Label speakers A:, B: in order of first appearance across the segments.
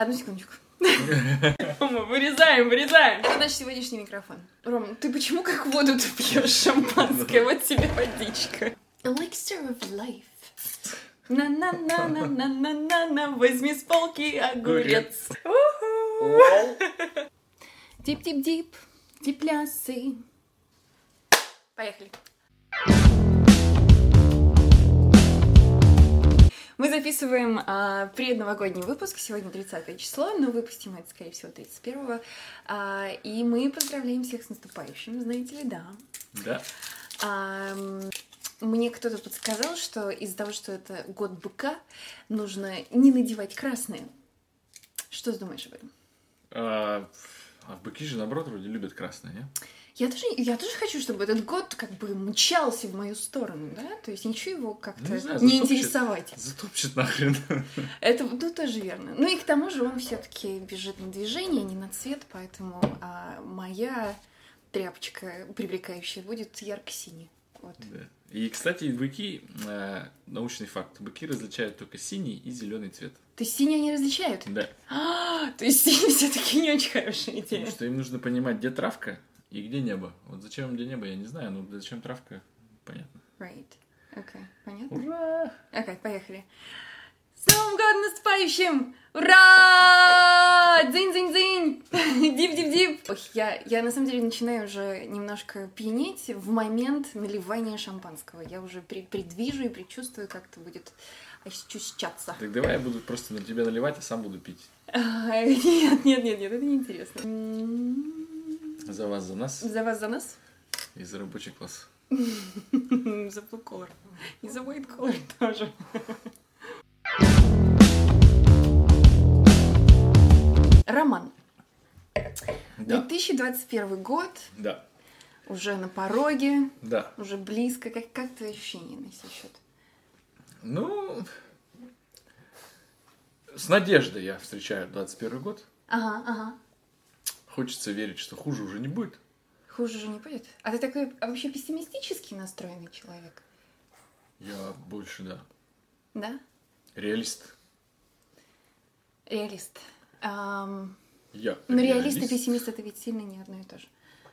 A: Одну секундочку. Рома, вырезаем. Это наш сегодняшний микрофон. Ром, ты почему как воду ты пьешь шампанское? Вот тебе водичка. Elixir of life. На-на-на-на-на-на-на, возьми с полки огурец. Дип-дип-дип, диплясы. Поехали. Мы записываем предновогодний выпуск, сегодня 30 число, но выпустим это, скорее всего, 31-го. И мы поздравляем всех с наступающим, знаете ли, да.
B: Да.
A: Мне кто-то подсказал, что из-за того, что это год быка, нужно не надевать красное. Что ты думаешь об этом?
B: А быки же, наоборот, вроде любят красное, не?
A: Я тоже хочу, чтобы этот год как бы мчался в мою сторону, да? То есть ничего его как-то не интересовать.
B: Затопчет нахрен.
A: Это тоже верно. Ну и к тому же он все-таки бежит на движение, не на цвет, поэтому моя тряпочка привлекающая будет ярко-синяя. Вот.
B: Да. И, кстати, быки, научный факт, быки различают только синий и зеленый цвет.
A: То есть синий они различают?
B: Да.
A: То есть синий все-таки не очень хорошая идея.
B: Потому что им нужно понимать, где травка и где небо. Вот зачем им где небо, я не знаю, но зачем травка, понятно.
A: Right. Окей, понятно?
B: Ура!
A: Окей, поехали. С Новым годом наступающим! Ура! Дзынь-дзынь-дзынь! Дип-дип-дип! Ох, я на самом деле начинаю уже немножко пьянеть в момент наливания шампанского. Я уже предвижу и предчувствую, как это будет ощущаться.
B: Так давай я буду просто на тебя наливать, а сам буду пить.
A: Нет, это неинтересно.
B: За вас, за нас.
A: За вас, за нас.
B: И за рабочий класс.
A: За blue collar. И за white collar тоже. Роман.
B: Да.
A: 2021 год.
B: Да.
A: Уже на пороге.
B: Да.
A: Уже близко. Как твои ощущения на сей счет?
B: Ну, с надеждой я встречаю 21 год.
A: Ага.
B: Хочется верить, что хуже уже не будет.
A: Хуже же не будет. А ты такой вообще пессимистически настроенный человек?
B: Я больше, да.
A: Да?
B: Реалист.
A: Реалист.
B: Я
A: Но реалист и пессимист это ведь сильно не одно и то же.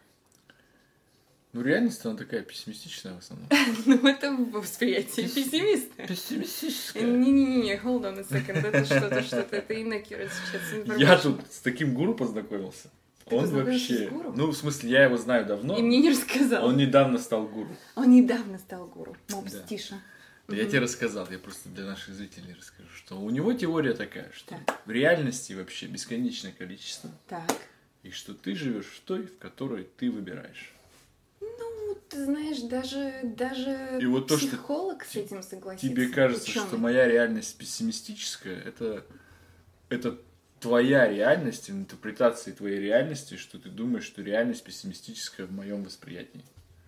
B: Ну, реальность, она такая пессимистичная в основном.
A: Ну, это восприятие пессимиста.
B: Пессимистическая.
A: Не, hold on a second. Это что-то, это inaccurate сейчас информация.
B: Я тут с таким гуру познакомился.
A: Ты
B: Он
A: познакомился
B: вообще...
A: с гуру?
B: Ну, в смысле, я его знаю давно.
A: И мне не рассказал.
B: Он недавно стал гуру.
A: Он недавно стал гуру. Мопс
B: Да.
A: Тиша.
B: Да я тебе рассказал, я просто для наших зрителей расскажу, что у него теория такая, что
A: Так.
B: в реальности вообще бесконечное количество,
A: Так.
B: и что ты живешь в той, в которой ты выбираешь.
A: Ну, ты знаешь, даже
B: И вот то, что
A: психолог с этим согласится.
B: Тебе кажется,
A: Учёный.
B: что моя реальность пессимистическая, это твоя реальность, интерпретация твоей реальности, что ты думаешь, что реальность пессимистическая в моем восприятии.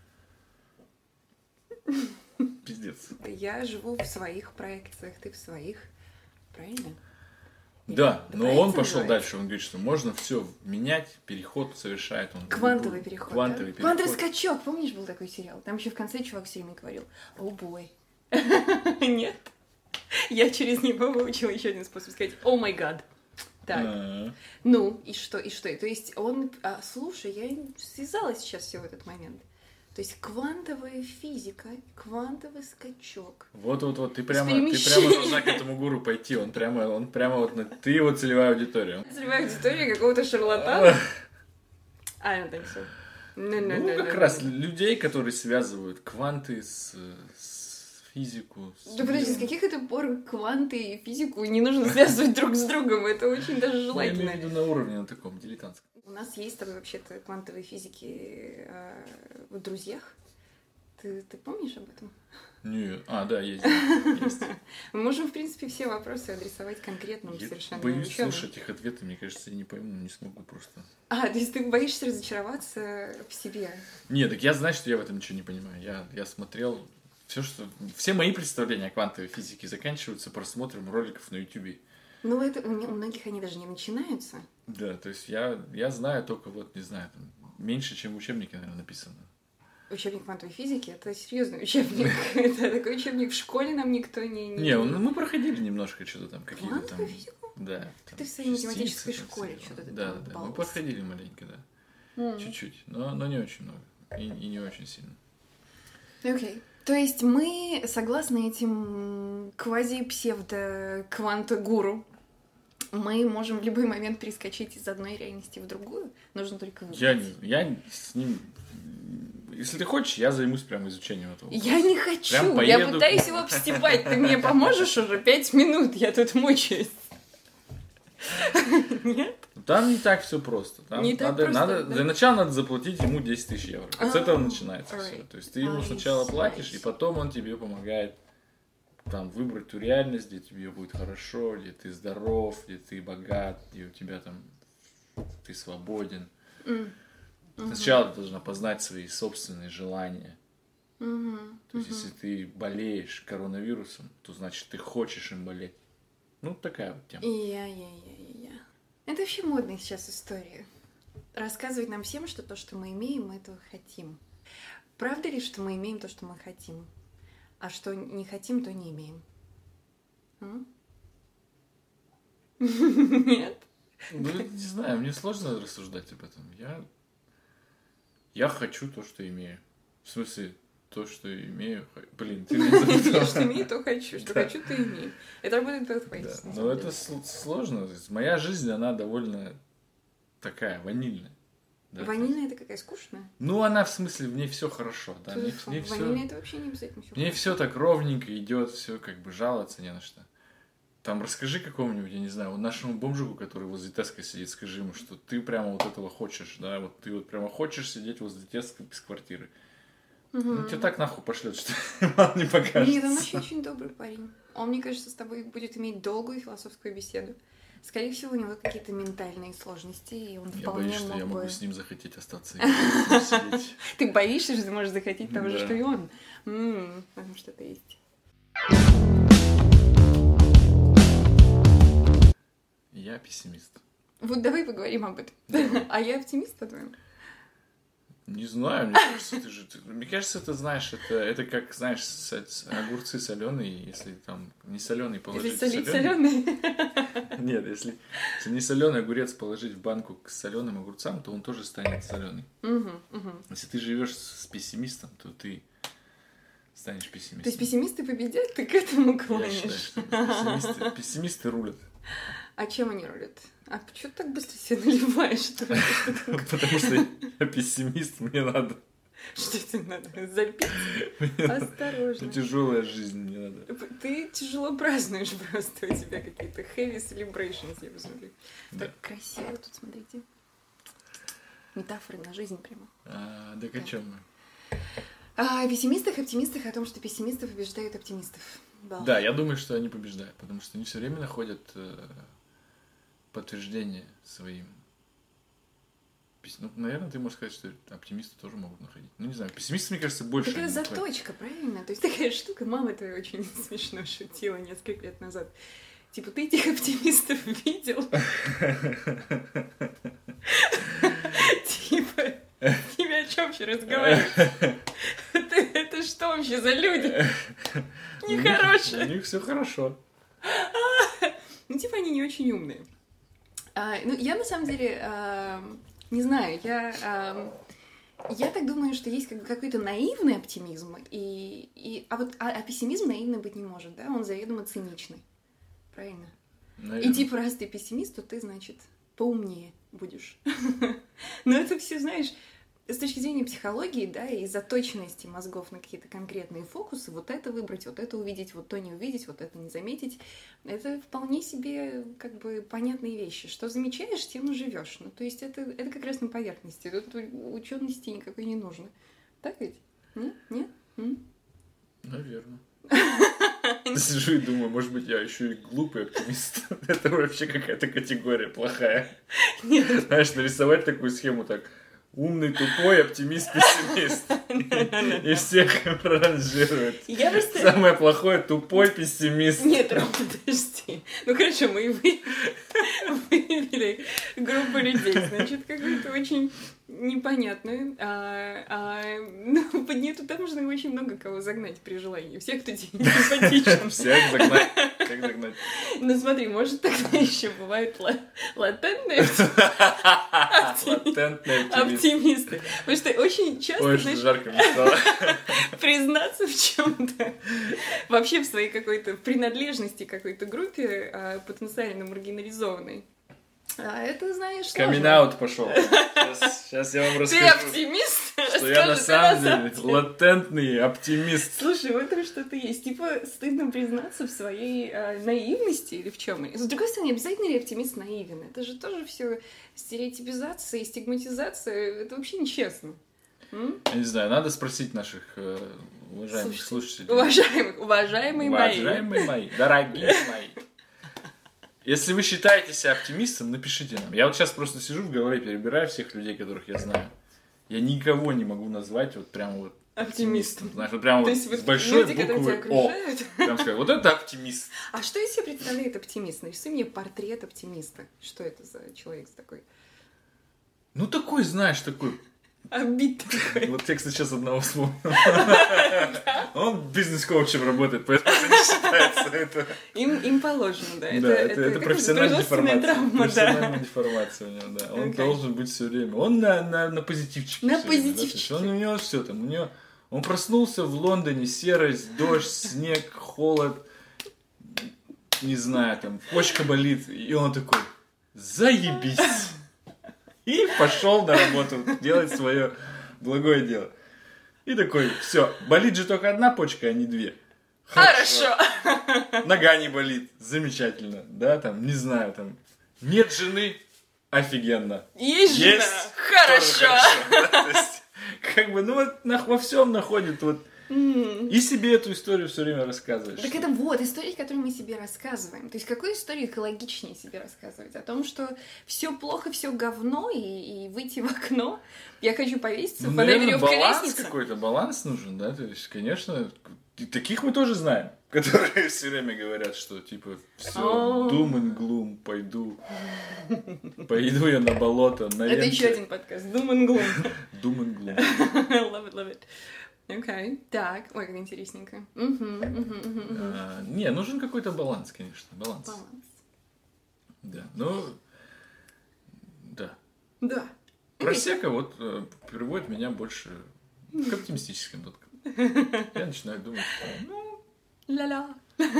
B: Пиздец.
A: Я живу в своих проекциях, ты в своих. Правильно?
B: Да,
A: Это
B: но
A: проекция
B: он пошел
A: называется?
B: дальше, он говорит, что можно все менять, переход совершает. Он
A: Квантовый переход.
B: Квантовый
A: да?
B: переход.
A: Квантовый скачок, помнишь, был такой сериал? Там еще в конце чувак все время говорил: «О, бой». Нет. Я через него выучила еще один способ сказать: «О май гад». Так.
B: А-а-а.
A: Ну, и что? То есть он... слушай, я связала сейчас все в этот момент. То есть квантовая физика, квантовый скачок.
B: Вот, ты
A: С
B: прямо
A: перемещением.
B: должна к этому гуру пойти. Он прямо вот ты его целевая аудитория.
A: Целевая аудитория какого-то шарлатана. I don't think so.
B: Ну, как раз людей, которые связывают кванты с физику.
A: Да подожди, с каких это пор кванты и физику не нужно связывать друг с другом? Это очень даже
B: Я
A: желательно.
B: имею в виду на уровне на таком дилетантском.
A: У нас есть с тобой вообще-то квантовые физики в друзьях. Ты помнишь об этом?
B: Нет. Да, есть.
A: Мы можем, в принципе, все вопросы адресовать конкретным
B: Я
A: совершенно
B: боюсь
A: учёным.
B: слушать их ответы, мне кажется, я не пойму, не смогу просто.
A: То есть ты боишься разочароваться в себе?
B: Нет, так я знаю, что я в этом ничего не понимаю. Я смотрел все мои представления о квантовой физике заканчиваются просмотром роликов на YouTube.
A: Ну, это у многих они даже не начинаются.
B: Да, то есть я знаю только не знаю, там, меньше, чем в учебнике, наверное, написано.
A: Учебник квантовой физики — это серьезный учебник. Это такой учебник в школе нам никто не...
B: Не, мы проходили немножко что-то там, какие-то там...
A: Квантовую физику?
B: Да.
A: Ты в своей математической школе что-то ты
B: Да. Мы подходили маленько, да. Чуть-чуть, но не очень много. И не очень сильно.
A: Окей. То есть мы, согласно этим квази-псевдо-кванто-гуру, мы можем в любой момент перескочить из одной реальности в другую? Нужно только выбрать.
B: Я с ним... Если ты хочешь, я займусь прямо изучением этого.
A: Я не хочу, я пытаюсь его обстебать. Ты мне поможешь уже 5 минут, я тут мучаюсь. Нет?
B: Там не так все просто. Там
A: не так просто,
B: надо
A: да?
B: Для начала надо заплатить ему 10 тысяч евро. С этого начинается все. То есть ты ему сначала платишь, и потом он тебе помогает там выбрать ту реальность, где тебе будет хорошо, где ты здоров, где ты богат, где у тебя там ты свободен. Сначала ты должна познать свои собственные желания. То есть, если ты болеешь коронавирусом, то значит ты хочешь им болеть. Ну, такая вот тема.
A: Это вообще модная сейчас история. Рассказывать нам всем, что то, что мы имеем, мы этого хотим. Правда ли, что мы имеем то, что мы хотим? А что не хотим, то не имеем? Нет?
B: Ну, не знаю, мне сложно рассуждать об этом. Я хочу то, что имею. В смысле, то, что имею... Блин, ты меня запутала.
A: Я что имею, то хочу. Что хочу, то имею. Это работает both ways.
B: Но это сложно. Моя жизнь, она довольно такая, ванильная.
A: Ванильная — это какая скучная?
B: Ну, она в смысле, в ней все хорошо. Да?
A: Ванильная — это вообще не обязательно все.
B: Мне все так ровненько идет, все как бы жаловаться не на что. Там расскажи какому-нибудь, я не знаю, нашему бомжику, который возле Теска сидит, скажи ему, что ты прямо вот этого хочешь, да, вот ты вот прямо хочешь сидеть возле Теска без квартиры. Ну, тебя так нахуй пошлет, что мало не покажется.
A: Нет, он вообще очень добрый парень. Он, мне кажется, с тобой будет иметь долгую философскую беседу. Скорее всего, у него какие-то ментальные сложности, и он вполне
B: боюсь, что я
A: мог бы...
B: могу с ним захотеть остаться и сидеть.
A: Ты боишься, что ты можешь захотеть того же, что и он? Потому что это есть.
B: Я пессимист.
A: Вот давай поговорим об этом. А я оптимист, по-твоему?
B: Не знаю, мне кажется, ты знаешь, это как, знаешь, огурцы соленые, если там не соленый положить.
A: Если солить соленый.
B: Нет, если не соленый огурец положить в банку с соленым огурцам, то он тоже станет соленый. Если ты живешь с пессимистом, то ты станешь пессимистом.
A: То есть пессимисты победят, ты к этому клонишь?
B: Я считаю, что пессимисты рулят.
A: А чем они рулят? А почему ты так быстро себе наливаешь?
B: Потому что я пессимист, мне надо.
A: Что тебе надо? Запить? Осторожно.
B: Тяжелая жизнь мне надо.
A: Ты тяжело празднуешь просто, у тебя какие-то heavy celebrations, я посмотрю. Так красиво тут, смотрите. Метафоры на жизнь прямо.
B: Так о чем мы?
A: О пессимистах, оптимистах, о том, что пессимисты побеждают оптимистов.
B: Да, я думаю, что они побеждают, потому что они все время находят подтверждение своим. Ну, наверное, ты можешь сказать, что оптимисты тоже могут находить. Ну, не знаю, пессимисты, мне кажется, больше...
A: Так это заточка, правильно? То есть такая штука, мама твоя очень смешно шутила несколько лет назад. Типа, ты этих оптимистов видел? Типа, с ними о чем вообще разговаривать? Это что вообще за люди? Нехорошие.
B: У них все хорошо.
A: Ну, типа, они не очень умные. Ну, я на самом деле, не знаю, я так думаю, что есть какой-то наивный оптимизм, а пессимизм наивный быть не может, да? Он заведомо циничный. Правильно?
B: Наверное.
A: И типа, раз ты пессимист, то ты, значит, поумнее будешь. Но это все, знаешь, с точки зрения психологии, да, и заточенности мозгов на какие-то конкретные фокусы, вот это выбрать, вот это увидеть, вот то не увидеть, вот это не заметить, это вполне себе как бы понятные вещи. Что замечаешь, тем и живешь. Ну, то есть это как раз на поверхности. Тут учености никакой не нужно. Так ведь? Нет?
B: Наверное. Сижу и думаю, может быть, я еще и глупый оптимист. Это вообще какая-то категория плохая.
A: Нет.
B: Знаешь, нарисовать такую схему так. Умный, тупой, оптимист, пессимист. И всех ранжируют. Самое плохое — тупой пессимист.
A: Нет, Ром, подожди. Ну хорошо, мы выявили группу людей. Значит, какую-то очень непонятную. Ну, под нее туда можно очень много кого загнать при желании. Всех, кто тебе не симпатичен.
B: Всех загнать. Как догнать?
A: Ну смотри, может тогда еще бывают латентные
B: Латентные
A: оптимисты. Потому что очень часто,
B: Ой, что жарко мне стало.
A: признаться в чем-то, вообще в своей какой-то принадлежности к какой-то группе потенциально маргинализованной. А это, знаешь, сложно.
B: Камин-аут пошел. Сейчас я вам
A: Ты
B: расскажу,
A: оптимист?
B: что я на самом деле латентный оптимист.
A: Слушай, в этом что-то есть. Типа, стыдно признаться в своей наивности или в чем. С другой стороны, обязательно ли оптимист наивен? Это же тоже все стереотипизация и стигматизация. Это вообще нечестно.
B: Я не знаю, надо спросить наших уважаемых слушателей.
A: Уважаемые
B: мои, дорогие мои. Если вы считаете себя оптимистом, напишите нам. Я вот сейчас просто сижу в голове, перебираю всех людей, которых я знаю. Я никого не могу назвать вот прям вот оптимистом. Знаешь, вот прям вот с большой буквы О. Прям сказать, вот это оптимист.
A: А что из себя представляет оптимист? Нарисуй мне портрет оптимиста. Что это за человек такой?
B: Ну такой, знаешь, такой...
A: Обид такой.
B: Вот я, кстати, сейчас одного вспомнил. Он бизнес-коучем работает, поэтому это не считается. Это...
A: Им положено, да.
B: Да, это профессиональная деформация.
A: Травма,
B: профессиональная деформация у него, да. Он должен быть все время. Он на позитивчике.
A: На позитивчике.
B: Он у него все там. Он проснулся в Лондоне, серость, дождь, снег, холод. Не знаю, там, почка болит. И он такой, заебись. И пошел на работу делать свое благое дело. И такой, все, болит же только одна почка, а не две.
A: Хорошо.
B: Нога не болит, замечательно. Да, там, не знаю, там, нет жены, офигенно.
A: Есть жена, хорошо.
B: Да, то есть, как бы, ну вот во всем находит вот. И себе эту историю все время рассказываешь.
A: Так это вот истории, которые мы себе рассказываем. То есть какую историю экологичнее себе рассказывать? О том, что все плохо, все говно, и выйти в окно. Я хочу повеситься по веревке лестницы.
B: Какой-то баланс нужен, да? То есть, конечно, таких мы тоже знаем, которые все время говорят, что типа все, doom and gloom, пойду я на болото, на
A: Это еще один подкаст. Doom and gloom.
B: Doom and gloom.
A: Love it. Окей. Так, ой, как интересненько.
B: Не, нужен какой-то баланс, конечно. Баланс. Да, ну, да.
A: Да.
B: Просека вот приводит меня больше к оптимистическим ноткам. Я начинаю думать, что, ну...
A: Ля-ля.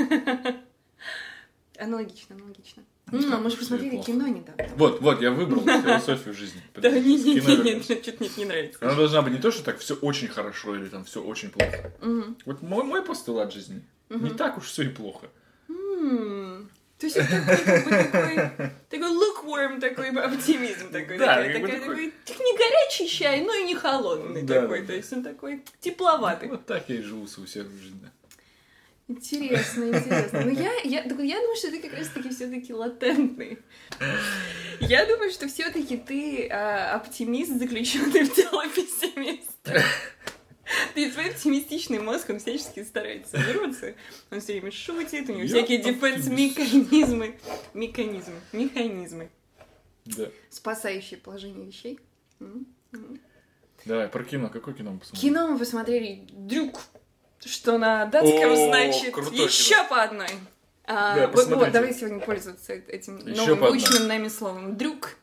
A: Аналогично. Мы же посмотрели кино недавно.
B: Вот, я выбрал философию жизни.
A: Да, нет, что-то не нравится.
B: Она должна быть не то, что так все очень хорошо или там все очень плохо. Вот мой постулат жизни. Не так уж все и плохо.
A: То есть это такой lukewarm, такой оптимизм такой.
B: Да,
A: такой не горячий чай, но и не холодный такой. То есть он такой тепловатый.
B: Вот так я и живу свою жизнь, да.
A: Интересно. Но я думаю, что ты как раз-таки все-таки латентный. Я думаю, что все-таки ты оптимист, заключенный в тело пессимиста. Ты твой оптимистичный мозг, он всячески старается вырваться. Он все время шутит, у него всякие дефенс-механизмы. Механизмы.
B: Да.
A: Спасающие положение вещей.
B: Давай, про кино. Какое кино мы посмотрели?
A: Кино мы посмотрели «Дрюк». Что на датском значит еще по одной. Вот, давай сегодня пользоваться этим новым выученным нами словом. Дрюк.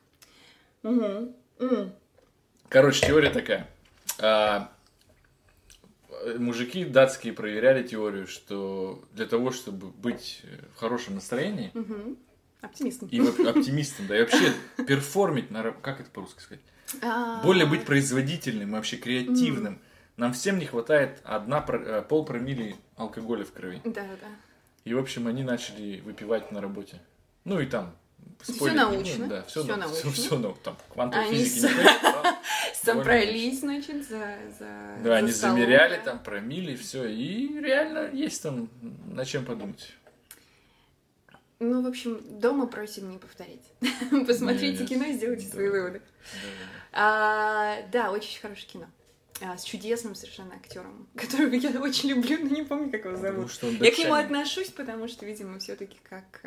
B: Короче, теория такая. Мужики датские проверяли теорию, что для того, чтобы быть в хорошем настроении...
A: Оптимистом.
B: И оптимистом, да, и вообще перформить, как это по-русски сказать? Более быть производительным, вообще креативным. Нам всем не хватает полпромилле алкоголя в крови.
A: Да.
B: И, в общем, они начали выпивать на работе. Ну и там...
A: Все научно.
B: Да, все
A: научно.
B: Все, там, квантовой физики не понятно.
A: Собрались, значит,
B: Да, они замеряли, там, промилле, все. И реально есть там над чем подумать.
A: Ну, в общем, дома просим не повторять. Посмотрите кино и сделайте свои выводы. Да, очень хорошее кино. С чудесным совершенно актером, которого я очень люблю, но не помню, как его зовут. Я к нему отношусь, потому что, видимо, все-таки как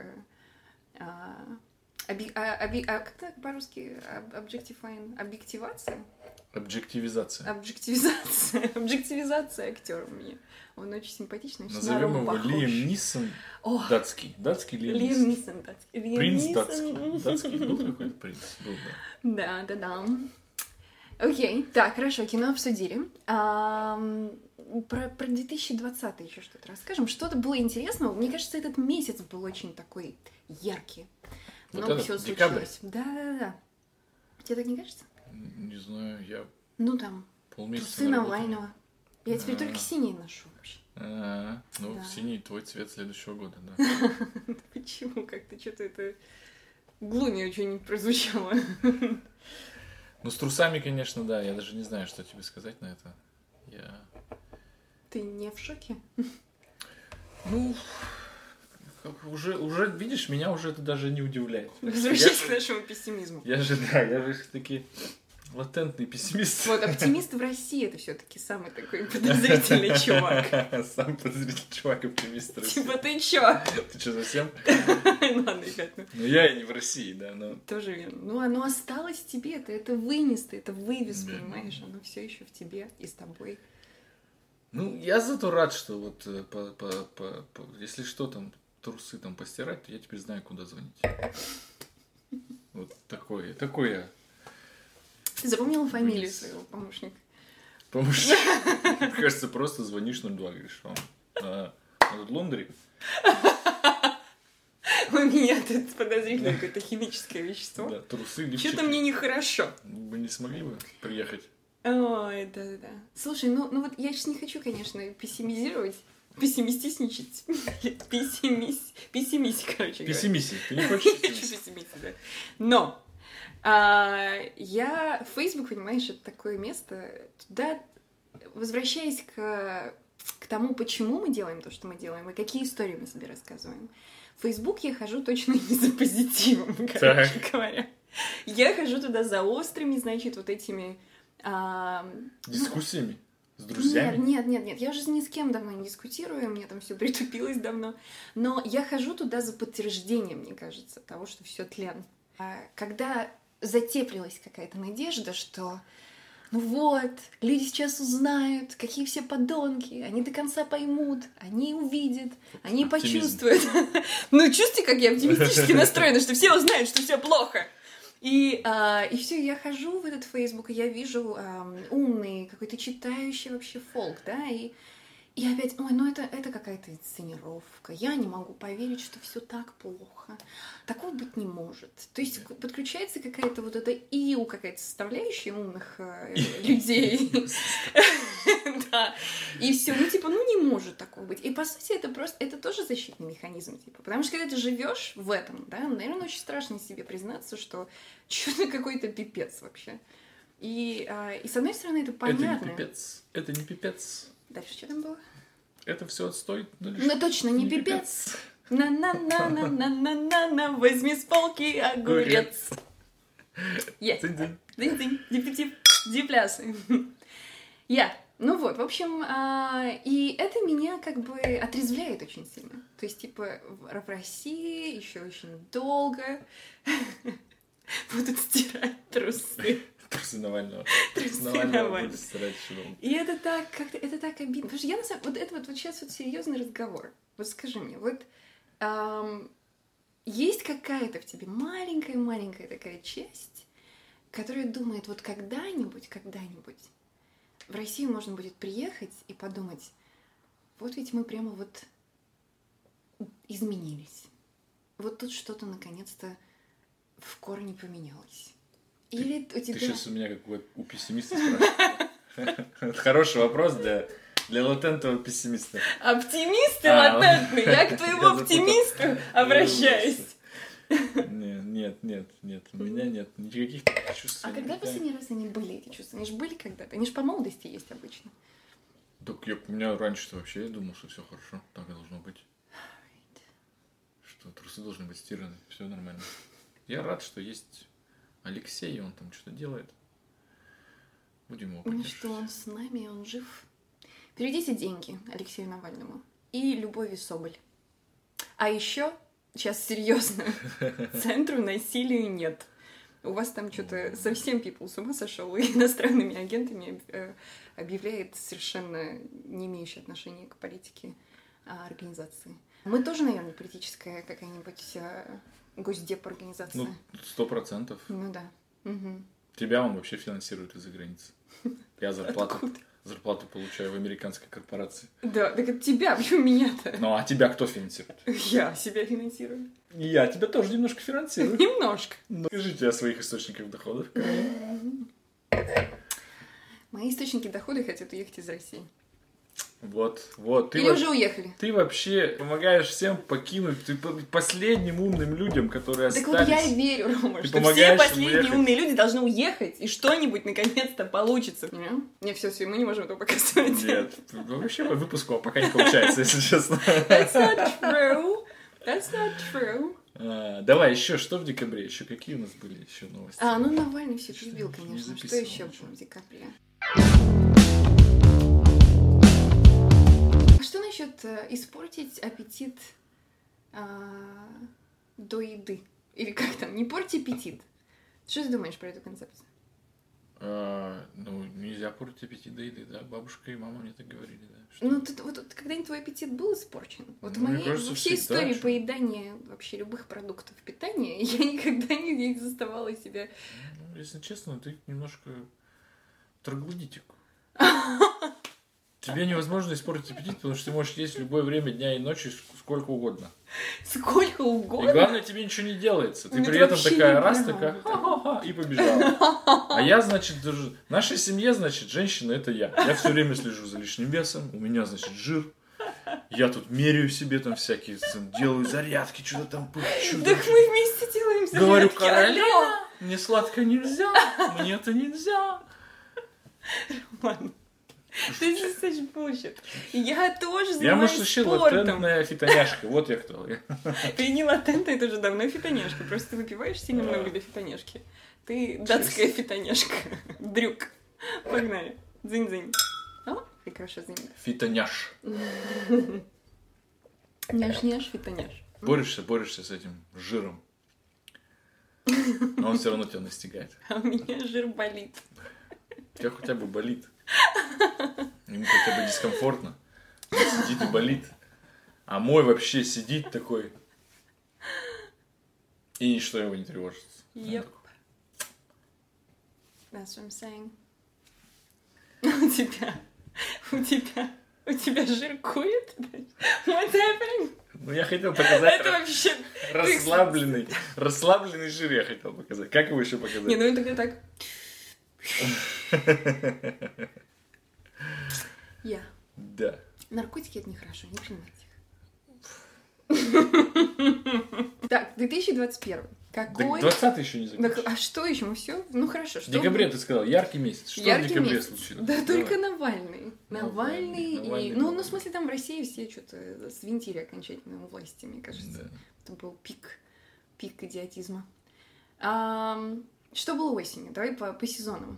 A: как так по-русски объективация?
B: Объективизация.
A: Объективизация актера мне. Он очень симпатичный.
B: Назовем его Лиам Нисон датский. Датский
A: Лиам Нисон датский.
B: Принц датский. Датский был какой-то принц? Был,
A: да. Да. Окей, так, хорошо, кино обсудили. Про 2020 еще что-то расскажем. Что-то было интересного. Мне кажется, этот месяц был очень такой яркий. Много всего случилось. Да. Тебе так не кажется?
B: Не знаю, я...
A: Ну, там,
B: полмесяца
A: трусы Навального. Я теперь только синие ношу вообще.
B: Синий твой цвет следующего года, да.
A: Почему? Как-то что-то это... Глуми очень прозвучало.
B: С трусами, конечно, да. Я даже не знаю, что тебе сказать на это.
A: Ты не в шоке?
B: Уже, видишь, меня уже это даже не удивляет.
A: Возвращайся к нашему пессимизму.
B: Я же таки латентный пессимист.
A: Вот, оптимист в России — это все-таки самый такой подозрительный чувак.
B: Самый подозрительный чувак, оптимист в России.
A: Типа, ты чё?
B: Ты чё, совсем?
A: Ладно, ребят.
B: Я и не в России, да, но...
A: Тоже верно. Оно осталось в тебе, ты это вынес, ты это вывез, понимаешь? Оно все еще в тебе и с тобой.
B: Я зато рад, что вот если что там, трусы там постирать, то я теперь знаю, куда звонить. Вот такое я.
A: Ты запомнила фамилию своего помощника?
B: Помощник? Кажется, просто звонишь 02, говоришь, тут лондри.
A: У меня тут подозрительное какое-то химическое вещество.
B: Да, трусы, лифчики.
A: Что-то мне нехорошо.
B: Вы не смогли бы приехать?
A: Ой, да. Слушай, ну вот я сейчас не хочу, конечно, пессимизировать. Пессимистичничать. Пессимиси, короче говоря.
B: Пессимиси. Ты не хочешь
A: пессимиси, да. Но Facebook, понимаешь, это такое место, туда, возвращаясь к тому, почему мы делаем то, что мы делаем, и какие истории мы себе рассказываем. В Facebook я хожу точно не за позитивом, короче говоря. Я хожу туда за острыми, значит, вот этими...
B: Дискуссиями? С друзьями?
A: Нет. Я уже ни с кем давно не дискутирую, мне там все притупилось давно. Но я хожу туда за подтверждением, мне кажется, того, что все тлен. Когда затеплилась какая-то надежда, что люди сейчас узнают, какие все подонки, они до конца поймут, они увидят, они почувствуют. Чувствуйте, как я оптимистически настроена, что все узнают, что все плохо. И все, я хожу в этот Facebook, и я вижу умный, какой-то читающий вообще фолк, да, и опять, это какая-то инсценировка, я не могу поверить, что все так плохо, такого быть не может. То есть подключается какая-то вот эта какая-то составляющая умных людей, да, и все, не может такого быть. И по сути это тоже защитный механизм, потому что когда ты живешь в этом, да, наверное, очень страшно себе признаться, что что-то какой-то пипец вообще. И с одной стороны это понятно.
B: Это не пипец.
A: Дальше что там было?
B: Это все отстой.
A: Точно не пипец. На-на-на-на-на-на-на, возьми с полки огурец. Динь-динь, диплясы. В общем, и это меня как бы отрезвляет очень сильно. То есть, в России еще очень долго будут стирать трусы.
B: Трусы Навального.
A: Будут стирать еще долго. И это так обидно. Потому что я на самом деле, вот сейчас серьезный разговор. Вот скажи мне, есть какая-то в тебе маленькая такая часть, которая думает, вот когда-нибудь в Россию можно будет приехать и подумать, вот ведь мы прямо изменились. Вот тут что-то наконец-то в корне поменялось. Или у тебя...
B: Ты сейчас у меня как у пессимиста спрашиваешь. Это хороший вопрос для латентного пессимиста.
A: Оптимист и латентный. Я к твоему оптимисту обращаюсь.
B: Нет. У меня нет никаких таких чувств.
A: А когда последний раз они были, эти чувства? Они же были когда-то. Они же по молодости есть обычно.
B: Так у меня раньше-то вообще я думал, что все хорошо. Так и должно быть. Что трусы должны быть стираны. Все нормально. Я рад, что есть Алексей, он там что-то делает. Будем его поддерживать.
A: Что он с нами, он жив. Переведите деньги Алексею Навальному и Любови Соболь. А еще, сейчас серьезно, центру насилию нет. У вас там что-то совсем people с ума сошел и иностранными агентами объявляет совершенно не имеющие отношения к политике организации. Мы тоже, наверное, политическая какая-нибудь госдеп-организация.
B: 100%.
A: Ну да. Угу.
B: Тебя он вообще финансирует из-за границы. Я зарплату получаю в американской корпорации.
A: Да, так это тебя, почему меня-то?
B: Ну, а тебя кто финансирует?
A: Я себя финансирую.
B: И я тебя тоже немножко финансирую.
A: Немножко.
B: Скажите о своих источниках доходов.
A: Мои источники дохода хотят уехать из России.
B: Вот.
A: Или уже уехали.
B: Ты вообще помогаешь всем покинуть, ты последним умным людям, которые остались.
A: Так вот я и верю, Рома, что все последние умные люди должны уехать, и что-нибудь наконец-то получится. Не, все, мы не можем этого показывать.
B: Нет, вообще мой выпуск пока не получается, если честно.
A: That's not true.
B: Давай еще, что в декабре? Еще какие у нас были еще новости?
A: Навальный все перебил, конечно. Что еще в декабре? Что насчет испортить аппетит до еды? Или как там? Не порти аппетит. Что ты думаешь про эту концепцию?
B: Нельзя портить аппетит до еды, да? Бабушка и мама мне так говорили, да.
A: Вот когда-нибудь твой аппет был испорчен? Вот во всей истории поедания вообще любых продуктов питания я никогда не заставала себя...
B: Если честно, ты немножко троглодитик. Тебе невозможно испортить аппетит, потому что ты можешь есть в любое время дня и ночи сколько угодно.
A: Сколько угодно?
B: И главное, тебе ничего не делается. Ты при этом такая раз, такая, ха-ха-ха, и побежала. А я, значит, даже... В нашей семье, значит, женщина — это я. Я все время слежу за лишним весом, у меня, значит, жир. Я тут меряю себе там всякие, делаю зарядки, что-то там пыхчу.
A: Так мы вместе делаем зарядки.
B: Говорю, королева, мне сладко нельзя, мне это нельзя.
A: Ладно. Ты же such bullshit. Я тоже
B: Я,
A: занимаюсь
B: может, вообще
A: спортом.
B: латентная фитоняшка. Вот я кто.
A: Ты не латентная, ты уже давно фитоняшка. Просто ты выпиваешь сильно много для фитоняшки. Ты датская фитоняшка. Дрюк. Погнали. Дзынь-дзынь. Ты хорошо дзынь.
B: Фитоняш.
A: Няш-няш, фитоняш.
B: Борешься с этим жиром. Но он все равно тебя настигает.
A: А у меня жир болит.
B: У тебя хотя бы болит. Ему хотя бы дискомфортно. Он сидит и болит. А мой вообще сидит такой. И ничто его не тревожит.
A: Yep. That's what I'm saying. У тебя жир курит? What's happening?
B: Я хотел показать
A: это вообще...
B: расслабленный жир я хотел показать. Как его еще показать?
A: Не, это так.
B: Да.
A: Наркотики — это нехорошо, не принимайте их. Так, 2021. Какой?
B: 20 еще не закончился.
A: А что еще? Мы все? Хорошо.
B: В декабре ты сказал, яркий месяц. Что в декабре случилось?
A: Да только Навальный. Навальный и... в смысле, там в России все что-то свинтили окончательно у власти, мне кажется. Да. Это был пик идиотизма. Что было осенью? Давай по сезонам.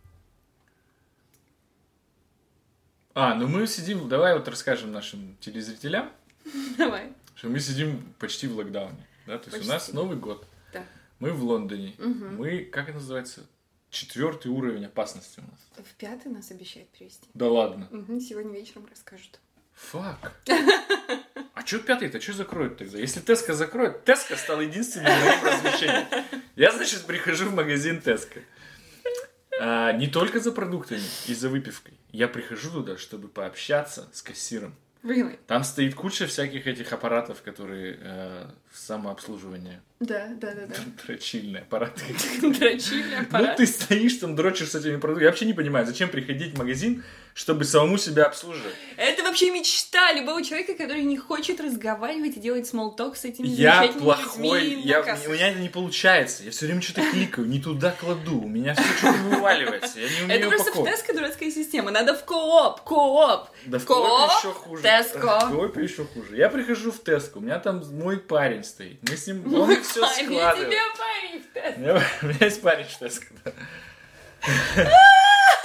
B: Мы сидим, давай вот расскажем нашим телезрителям.
A: Давай.
B: Что мы сидим почти в локдауне. Да? То есть у нас Новый год.
A: Да.
B: Мы в Лондоне. Угу. Мы, как это называется, 4-й уровень опасности у нас.
A: В 5-й нас обещают привезти.
B: Да ладно.
A: Угу, сегодня вечером расскажут.
B: Фак. А что 5-й-то? Что закроют тогда? Если Теска закроют, Теска стал единственным моим развлечением. Я, значит, прихожу в магазин Теска. Не только за продуктами и за выпивкой. Я прихожу туда, чтобы пообщаться с кассиром.
A: Really?
B: Там стоит куча всяких этих аппаратов, которые самообслуживание.
A: Да.
B: Дрочильные аппараты.
A: Дрочильные аппараты.
B: Ты стоишь там, дрочишь с этими продуктами. Я вообще не понимаю, зачем приходить в магазин, чтобы самому себя обслуживать.
A: Это вообще мечта любого человека, который не хочет разговаривать и делать смолток с этими
B: я
A: замечательными
B: плохой,
A: людьми.
B: У меня это не получается. Я все время что-то кликаю, не туда кладу. У меня все что-то вываливается. Я не умею
A: это просто
B: упаковывать.
A: в Теско дурацкая система. Надо в кооп.
B: Да в коопе еще хуже.
A: Теско.
B: В коопе еще хуже. Я прихожу в Теско, у меня там мой парень стоит. Мы с ним, он все складывает.
A: У тебя парень в Теско.
B: У меня есть парень в Теско, да.
A: Как его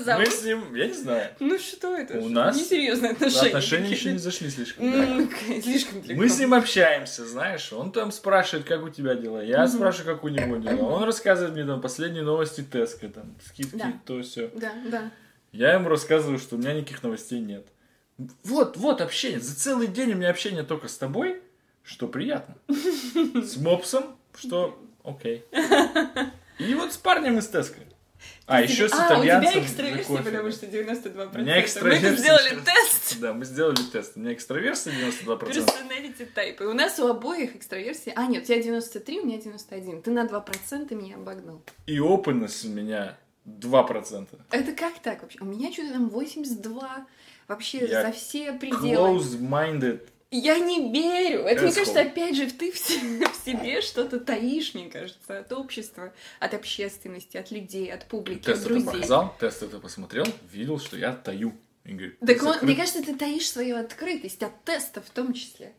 A: зовут?
B: Мы с ним, я не знаю.
A: Ну что это?
B: У нас
A: несерьезные отношения.
B: Отношения еще не зашли слишком далеко.
A: Слишком далеко.
B: Мы с ним общаемся, знаешь, он там спрашивает, как у тебя дела, я спрашиваю, как у него дела, он рассказывает мне там последние новости Теска, там, скидки, то все.
A: Да.
B: Я ему рассказываю, что у меня никаких новостей нет. Вот общение, за целый день у меня общение только с тобой, что приятно. С мопсом, что окей. И вот с парнем из Теска. Еще с итальянцем.
A: У тебя экстраверсия, потому что 92%.
B: У меня экстраверсия.
A: Мы сделали тест.
B: Да, мы сделали тест. У меня экстраверсия 92%.
A: Personality type. И у нас у обоих экстраверсия. Нет, у тебя 93, у меня 91. Ты на 2% меня обогнал.
B: И опытность у меня 2%.
A: Это как так вообще? У меня что-то там 82. Вообще
B: Я
A: за все пределы.
B: Close-minded.
A: Я не верю. Это, мне
B: Asshole.
A: кажется, опять же, ты в себе что-то таишь, мне кажется, от общества, от общественности, от людей, от публики,
B: Тест
A: от друзей.
B: это показал, тест это посмотрел, видел, что я таю. И говорит,
A: Так мне кажется, ты таишь свою открытость, от теста в том числе.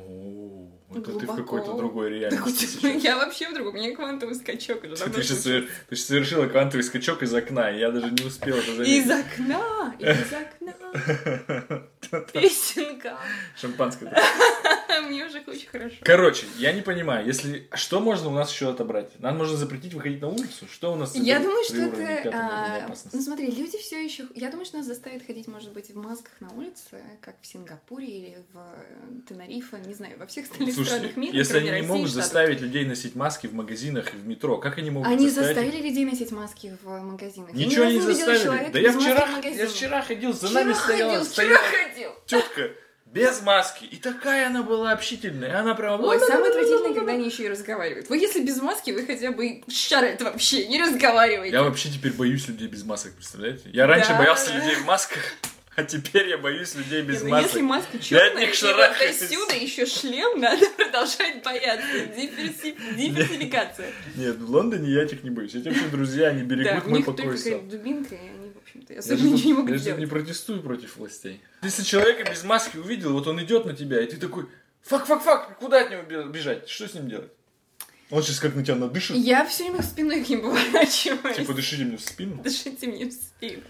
B: Это ты в какой-то другой реальности сейчас.
A: Я вообще в другом, у меня квантовый скачок уже давно случился.
B: Ты же совершила квантовый скачок из окна, и я даже не успел это заметить.
A: Из окна. Песенка.
B: Шампанское.
A: Мне уже очень хорошо.
B: Короче, я не понимаю, что можно у нас еще отобрать? Нам можно запретить выходить на улицу? Что у нас?
A: Я думаю, что это... Ну смотри, люди все еще... Я думаю, что нас заставят ходить, может быть, в масках на улице, как в Сингапуре или в Тенерифе, не знаю, во всех остальных странах мира.
B: Если они не могут заставить людей носить маски в магазинах и в метро, как они могут
A: Они заставили людей носить маски в магазинах.
B: Ничего не заставили. Да я вчера ходил, за нами стояла тетка без маски. И такая она была общительная. Она прям...
A: Ой, самое отвратительное, когда они еще и разговаривают. Вы если без маски, вы хотя бы шарят вообще, не разговаривайте.
B: Я вообще теперь боюсь людей без масок, представляете? Я раньше боялся людей в масках, а теперь я боюсь людей без масок.
A: Если маска черная, и вот отсюда еще шлем, надо продолжать бояться. Диверсификация.
B: Нет, в Лондоне я этих не боюсь. Эти вообще друзья, они берегут мой покой сам.
A: Да, у них только дубинка, и они, в общем-то, особенно ничего не могут
B: делать.
A: сделать.
B: Я же не протестую против властей. Если человека без маски увидел, вот он идет на тебя, и ты такой, фак, куда от него бежать? Что с ним делать? Он сейчас как на тебя надышит.
A: Я все время спиной к нему поворачиваюсь.
B: Типа, дышите мне в спину?
A: Дышите мне в спину.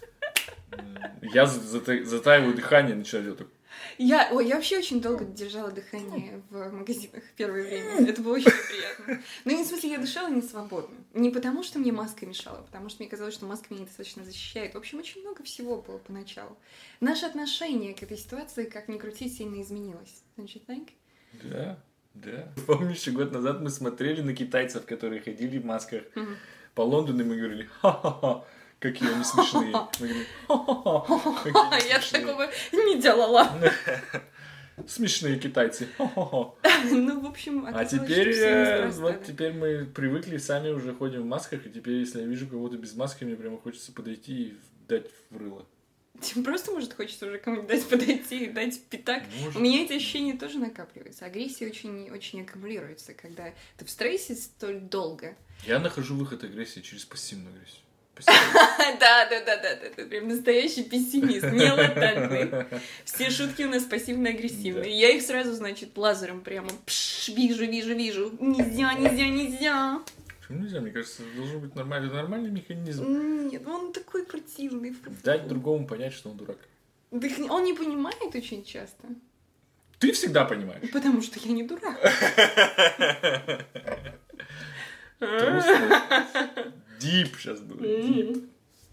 B: Я затаиваю дыхание, начинаю делать так.
A: Я вообще очень долго держала дыхание в магазинах в первое время. Это было очень приятно. Но не в смысле, я дышала не свободно. Не потому, что мне маска мешала, а потому что мне казалось, что маска меня недостаточно защищает. В общем, очень много всего было поначалу. Наше отношение к этой ситуации, как ни крути, сильно изменилось. Don't you think?
B: Да. Помню, еще год назад мы смотрели на китайцев, которые ходили в масках по Лондону, и мы говорили, ха-ха-ха. Какие они смешные.
A: Я такого не делала.
B: Смешные китайцы.
A: Ну, в общем,
B: а теперь мы привыкли, сами уже ходим в масках, и теперь, если я вижу кого-то без маски, мне прямо хочется подойти и дать в рыло.
A: Тебе просто, может, хочется уже кому-нибудь дать подойти и дать пятак. У меня эти ощущения тоже накапливаются. Агрессия очень аккумулируется, когда ты в стрессе столь долго.
B: Я нахожу выход агрессии через пассивную агрессию.
A: Да, ты прям настоящий пессимист, не латентный. Все шутки у нас пассивно-агрессивные. Я их сразу, значит, лазером прямо вижу. Нельзя.
B: Почему нельзя? Мне кажется, должен быть нормальный механизм.
A: Нет, он такой противный.
B: Дать другому понять, что он дурак.
A: Да он не понимает очень часто.
B: Ты всегда понимаешь.
A: Потому что я не дурак.
B: Дип сейчас будет.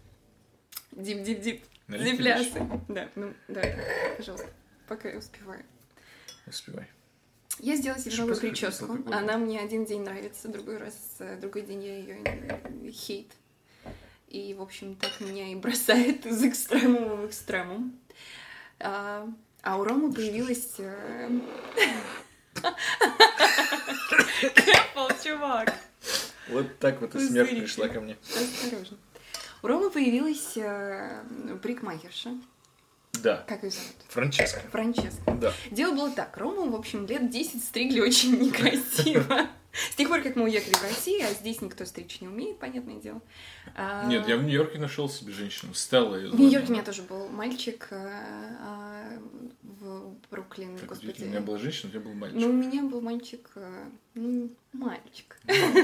A: Дип. Диплясы. Да, ну, давай, пожалуйста. Пока я успеваю.
B: Успевай.
A: Я сделала себе новую прическу. Она мне один день нравится, другой день я ее хейт. И, в общем, так меня и бросает из экстремума в экстремум. А у Ромы появилась... Кэппл, чувак.
B: Вот так вот и смерть пришла ко мне.
A: Осторожно. У Ромы появилась парикмахерша.
B: Да.
A: Как ее зовут?
B: Франческа. Да.
A: Дело было так. Рому, в общем, лет 10 стригли очень некрасиво. С тех пор, как мы уехали в Россию, а здесь никто стричь не умеет, понятное дело.
B: Нет, я в Нью-Йорке нашел себе женщину. Стелла ее звали.
A: В Нью-Йорке у меня тоже был мальчик, в Бруклине,
B: так,
A: господи.
B: У меня была женщина, у тебя был мальчик.
A: Ну, у меня был мальчик, Мальчик.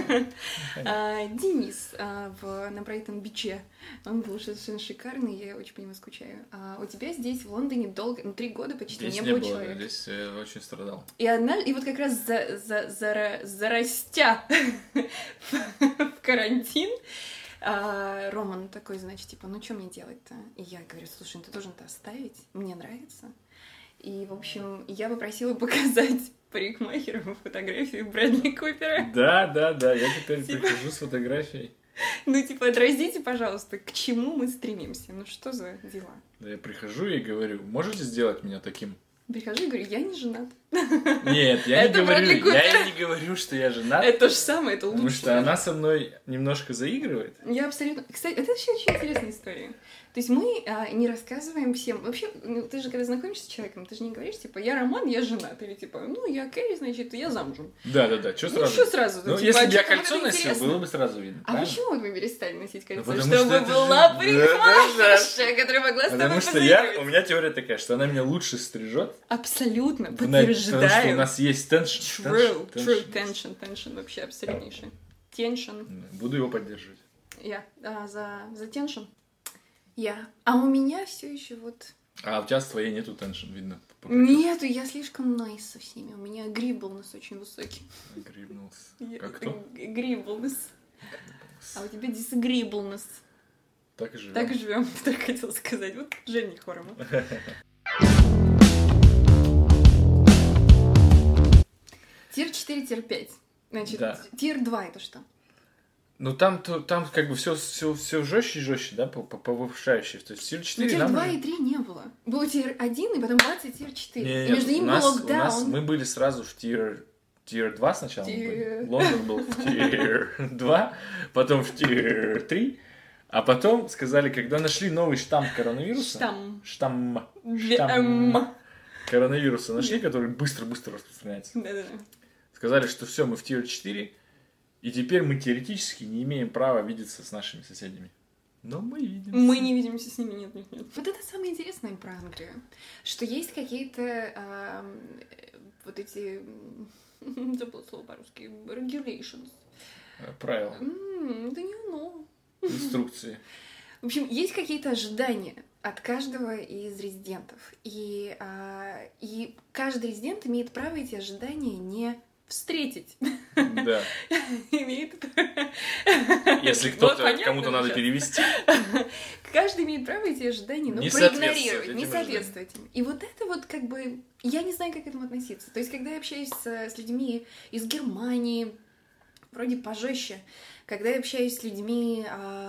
A: Денис на Брайтон-Биче. Он был совершенно шикарный, я очень по нему скучаю. У тебя здесь, в Лондоне, долго, 3 года почти
B: здесь
A: не было человека.
B: Здесь я очень страдал.
A: И вот как раз зарастя в карантин, Роман такой, значит, типа, ну что мне делать-то? И я говорю, слушай, ты должен это оставить, мне нравится. И, в общем, я попросила показать парикмахеру фотографию Брэдли Купера.
B: Да, я теперь прихожу с фотографией.
A: Ну, типа, отразите, пожалуйста, к чему мы стремимся. Ну, что за дела?
B: Да, я прихожу и говорю, можете сделать меня таким?
A: Прихожу и говорю, я не женат.
B: Нет, я не говорю, что я женат.
A: Это то же самое, это лучше.
B: Потому что она со мной немножко заигрывает.
A: Я абсолютно... Кстати, это вообще очень интересная история. То есть мы не рассказываем всем... Вообще, ты же когда знакомишься с человеком, ты же не говоришь, типа, я Роман, я женат. Или типа, ну, я Кэрри, значит, я замужем.
B: Да, что сразу?
A: Что сразу?
B: Ну,
A: типа,
B: если бы я кольцо носил, было бы сразу видно.
A: А почему вы перестали носить кольцо?
B: Ну,
A: чтобы была парикмахерша, которая могла с тобой
B: Потому что у меня теория такая, что она меня лучше стрижет.
A: Абсолютно, подтверждаю.
B: Потому что у нас есть теншн.
A: True, tension вообще абсолютнейший. Tension.
B: Буду его поддерживать.
A: Я за tension. А у меня все еще вот...
B: А у тебя с твоей нету теншн, видно?
A: Нету, я слишком nice со всеми. У меня agreeableness очень высокий.
B: Agreeableness. Как кто?
A: Agreeableness. А у тебя disagreeableness.
B: Так и живем.
A: Так и живем, так хотела сказать. Вот Женя Хорому. Тир 4, тир 5. Значит, тир 2 это что?
B: Ну там как бы все жестче и жестче, да, повышающее. То есть тир 4
A: тир 2 и 3 не было. Был тир 1, и потом бац, и тир 4. И между ними был локдаун.
B: Мы были сразу в тир 2 сначала. Лондон был в тир 2, потом в тир 3. А потом сказали, когда нашли новый штамм коронавируса... Штамм коронавируса нашли, который быстро-быстро распространяется.
A: Да.
B: Сказали, что все, мы в тир 4, и теперь мы теоретически не имеем права видеться с нашими соседями. Но мы видимся.
A: Мы не видимся с ними, нет. Вот это самое интересное про Англию, что есть какие-то вот эти... Забыла слово по-русски. Regulations.
B: Правила.
A: Да не оно.
B: Инструкции.
A: В общем, есть какие-то ожидания от каждого из резидентов. И каждый резидент имеет право эти ожидания не встретить.
B: Да.
A: Имеет...
B: Если кому-то надо перевести.
A: Каждый имеет право эти ожидания, проигнорировать, не соответствовать им. И вот это вот как бы... Я не знаю, как к этому относиться. То есть, когда я общаюсь с людьми из Германии, вроде пожестче, когда я общаюсь с людьми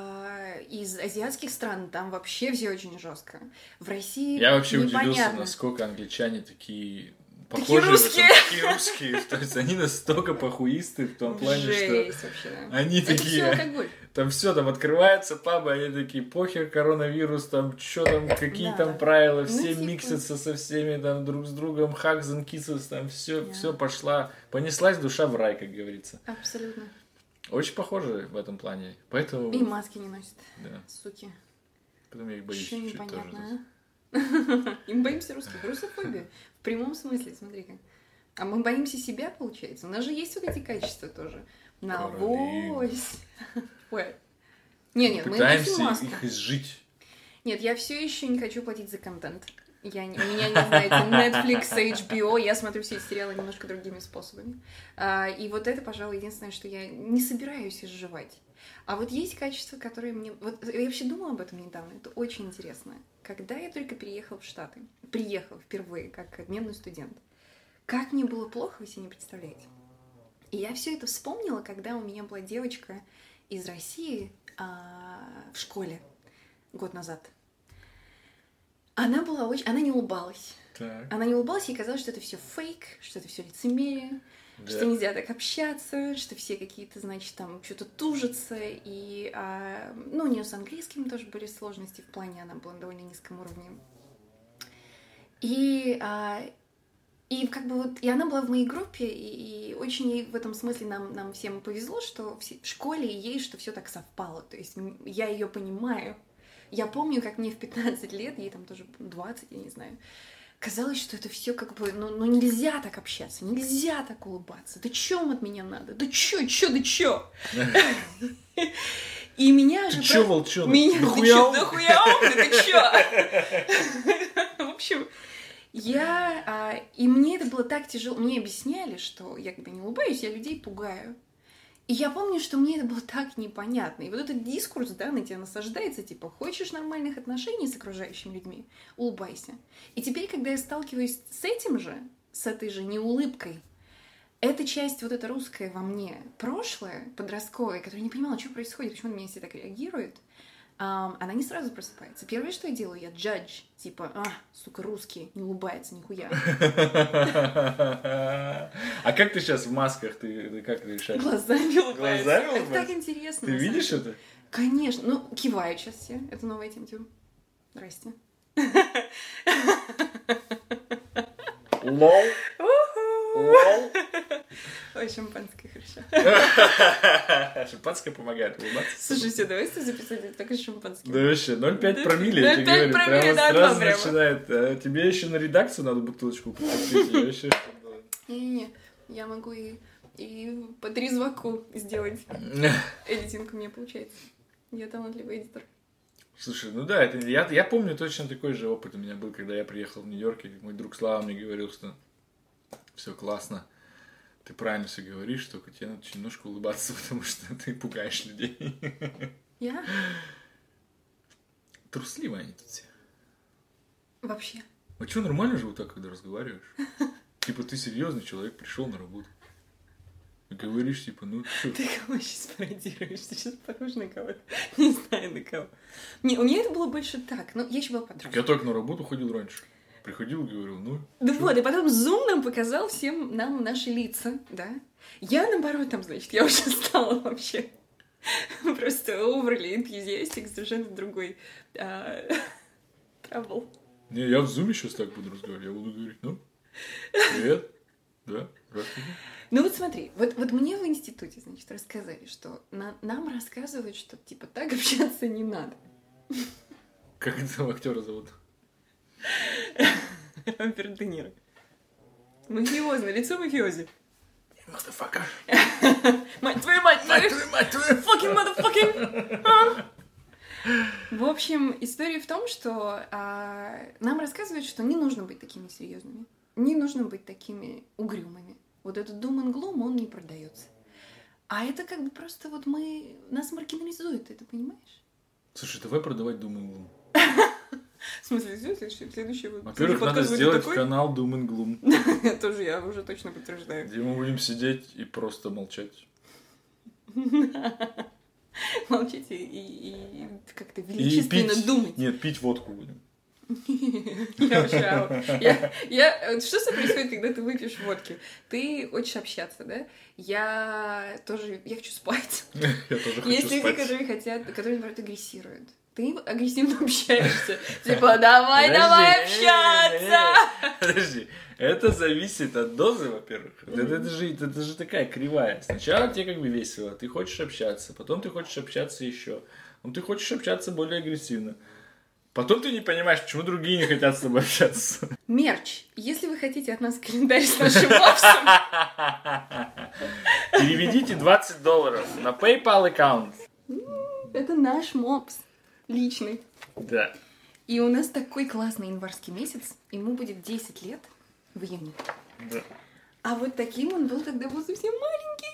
A: из азиатских стран, там вообще все очень жестко. В России
B: я вообще
A: непонятно.
B: Удивился, насколько англичане такие
A: Такие
B: русские. То есть они настолько похуисты в том плане,
A: жесть
B: что
A: вообще, да.
B: они
A: это
B: такие...
A: Всё алкоголь.
B: Там все, там открывается пабы, они такие, похер, коронавирус, там, что там, какие там правила, все миксятся со всеми, там, друг с другом, hugs and kisses, там, все пошла, понеслась душа в рай, как говорится.
A: Абсолютно.
B: Очень похоже в этом плане, поэтому...
A: И маски не носят,
B: да.
A: Суки.
B: Потом я их боюсь
A: чуть-чуть
B: тоже.
A: И мы боимся русских. Русофобия. В прямом смысле, смотри-ка. А мы боимся себя, получается. У нас же есть вот эти качества тоже. Навось. Ой. Нет, мы
B: пытаемся их изжить.
A: Нет, я все еще не хочу платить за контент. У меня не знаете, Netflix, HBO, я смотрю все эти сериалы немножко другими способами. И вот это, пожалуй, единственное, что я не собираюсь изживать. А вот есть качества, которые мне... Вот я вообще думала об этом недавно, это очень интересно. Когда я только приехала в Штаты, приехала впервые как обменный студент, как мне было плохо, вы себе не представляете. И я все это вспомнила, когда у меня была девочка из России в школе год назад. Она не улыбалась.
B: Так.
A: Она не улыбалась, ей казалось, что это все фейк, что это все лицемерие, да. Что нельзя так общаться, что все какие-то, значит, там что-то тужатся. И, у нее с английским тоже были сложности в плане, она была на довольно низком уровне. И как бы вот, и она была в моей группе, и очень ей в этом смысле нам всем повезло, что в школе ей, что все так совпало. То есть я ее понимаю. Я помню, как мне в 15 лет, ей там тоже 20, я не знаю, казалось, что это все как бы, ну нельзя так общаться, нельзя так улыбаться. Да чё вам от меня надо? Да чё? И меня же...
B: Ты чё, волчонок?
A: Меня... Да хуя умный, ты чё? В общем, и мне это было так тяжело. Мне объясняли, что я когда не улыбаюсь, я людей пугаю. И я помню, что мне это было так непонятно. И вот этот дискурс, да, на тебя насаждается, типа, хочешь нормальных отношений с окружающими людьми? Улыбайся. И теперь, когда я сталкиваюсь с этим же, с этой же неулыбкой, эта часть, вот эта русская во мне, прошлое, подростковое, которая не понимала, что происходит, почему на меня все так реагируют, она не сразу просыпается. Первое, что я делаю, я джадж. Типа, сука, русский, не улыбается нихуя.
B: А как ты сейчас в масках? Ты как решаешь?
A: Глазами улыбается.
B: Это
A: так интересно.
B: Ты видишь это?
A: Конечно. Ну, кивают сейчас все. Это новая тема. Здрасте.
B: Лол. Лол.
A: Ой, шампанское хорошо.
B: Шампанское помогает улыбаться.
A: Слушай, все, давай записать только шампанское.
B: Да вообще, 0,5 промилле, я тебе говорю. Прямо сразу начинает. Тебе еще на редакцию надо бутылочку купить.
A: Не-не-не, я могу и по трезваку сделать. Эдитинг у меня получается. Я талантливый эдитор.
B: Слушай, ну да, я помню точно такой же опыт у меня был, когда я приехал в Нью-Йорк, и мой друг Слава мне говорил, что все классно, ты правильно все говоришь, только тебе надо немножко улыбаться, потому что ты пугаешь людей.
A: Я?
B: Трусливые они тут все.
A: Вообще.
B: А что, нормально же вот так, когда разговариваешь? Типа ты серьезный человек, пришел на работу. И говоришь, типа, ну что?
A: Ты кого сейчас пародируешь? Ты сейчас похож на кого-то? Не знаю, на кого. Не, у меня это было больше так. Ну, я еще была подростком.
B: Я только на работу ходил раньше. Приходил и говорил, ну...
A: Да вот, и потом Zoom нам показал всем нам наши лица, да? Я, наоборот, там, значит, я уже стала вообще просто overly enthusiastic, совершенно другой travel.
B: Не, я в Zoom сейчас так буду разговаривать. Я буду говорить, ну, привет, да, здравствуйте.
A: Ну вот смотри, вот мне в институте, значит, рассказали, что нам рассказывают, что, типа, так общаться не надо.
B: Как этого актера зовут?
A: Роберт Де Ниро. Мафиозно, лицо мафиози.
B: Motherfucker.
A: Мать твою! Fucking motherfucking! В общем, история в том, что нам рассказывают, что не нужно быть такими серьезными, не нужно быть такими угрюмыми. Вот этот doom and gloom, он не продается. А это как бы просто вот нас маргинализует, ты это понимаешь?
B: Слушай, давай продавать doom and gloom.
A: В смысле, следующий вот.
B: Во-первых, надо сделать канал Doom and Gloom.
A: Тоже я уже точно подтверждаю.
B: Где мы будем сидеть и просто молчать.
A: Молчать и как-то величественно думать.
B: Нет, пить водку будем.
A: Я вообще... Что с тобой происходит, когда ты выпьешь водки? Ты хочешь общаться, да? Я хочу спать.
B: Я тоже хочу спать.
A: Есть люди, которые, наоборот, агрессируют. Ты агрессивно общаешься. Типа, давай общаться!
B: Подожди, это зависит от дозы, во-первых. Это же такая кривая. Сначала тебе как бы весело, ты хочешь общаться, потом ты хочешь общаться еще. Потом ты хочешь общаться более агрессивно. Потом ты не понимаешь, почему другие не хотят с тобой общаться.
A: Мерч. Если вы хотите от нас календарь с нашим мопсом...
B: Переведите $20 на PayPal аккаунт.
A: Это наш мопс. Личный.
B: Да.
A: И у нас такой классный январский месяц. Ему будет 10 лет в июне.
B: Да.
A: А вот таким он был, когда был совсем маленький.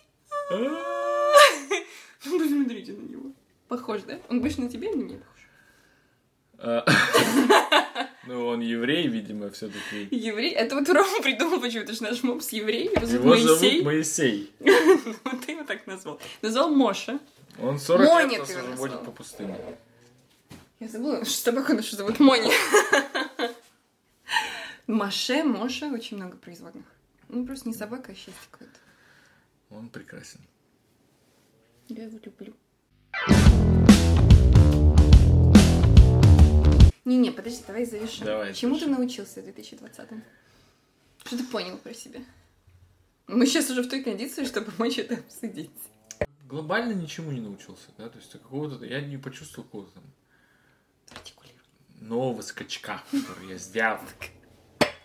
A: Посмотрите на него. Похож, да? Он больше на тебя или на меня похож?
B: Ну, он еврей, видимо, все-таки.
A: Еврей? Это вот Рома придумал почему-то, что наш мопс еврей. Его
B: зовут Моисей.
A: Вот ты его так назвал. Назвал Моша.
B: Он 40 лет уже водит по пустыне.
A: Я забыла, что собаку нашу зовут Мони. Моша, очень много производных. Ну, просто не собака, а счастье какое-то.
B: Он прекрасен.
A: Я его люблю. Не, подожди, давай завершим. Чему ты научился в 2020-м? Что ты понял про себя? Мы сейчас уже в той кондиции, чтобы помочь это обсудить.
B: Глобально ничему не научился, да? То есть какого-то... Я не почувствовал какого-то там... нового скачка, который я сделал.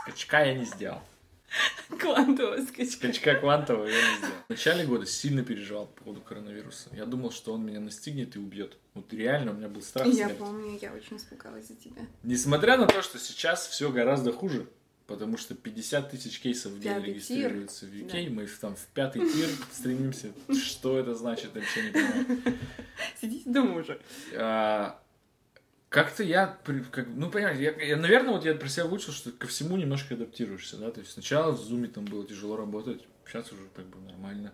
B: скачка я не сделал.
A: Квантового скачка.
B: Скачка квантового я не сделал. В начале года сильно переживал по поводу коронавируса. Я думал, что он меня настигнет и убьет. Вот реально у меня был страх смерти.
A: Я помню, я очень испугалась за тебя.
B: Несмотря на то, что сейчас все гораздо хуже, потому что 50 тысяч кейсов в день регистрируется в UK, мы там в 5-й тир стремимся. Что это значит, я вообще не понимаю.
A: Сидите дома уже.
B: Как-то я, ну, понимаете, я, наверное, вот я про себя выучил, что ко всему немножко адаптируешься, да, то есть сначала в Zoom там было тяжело работать, сейчас уже как бы нормально.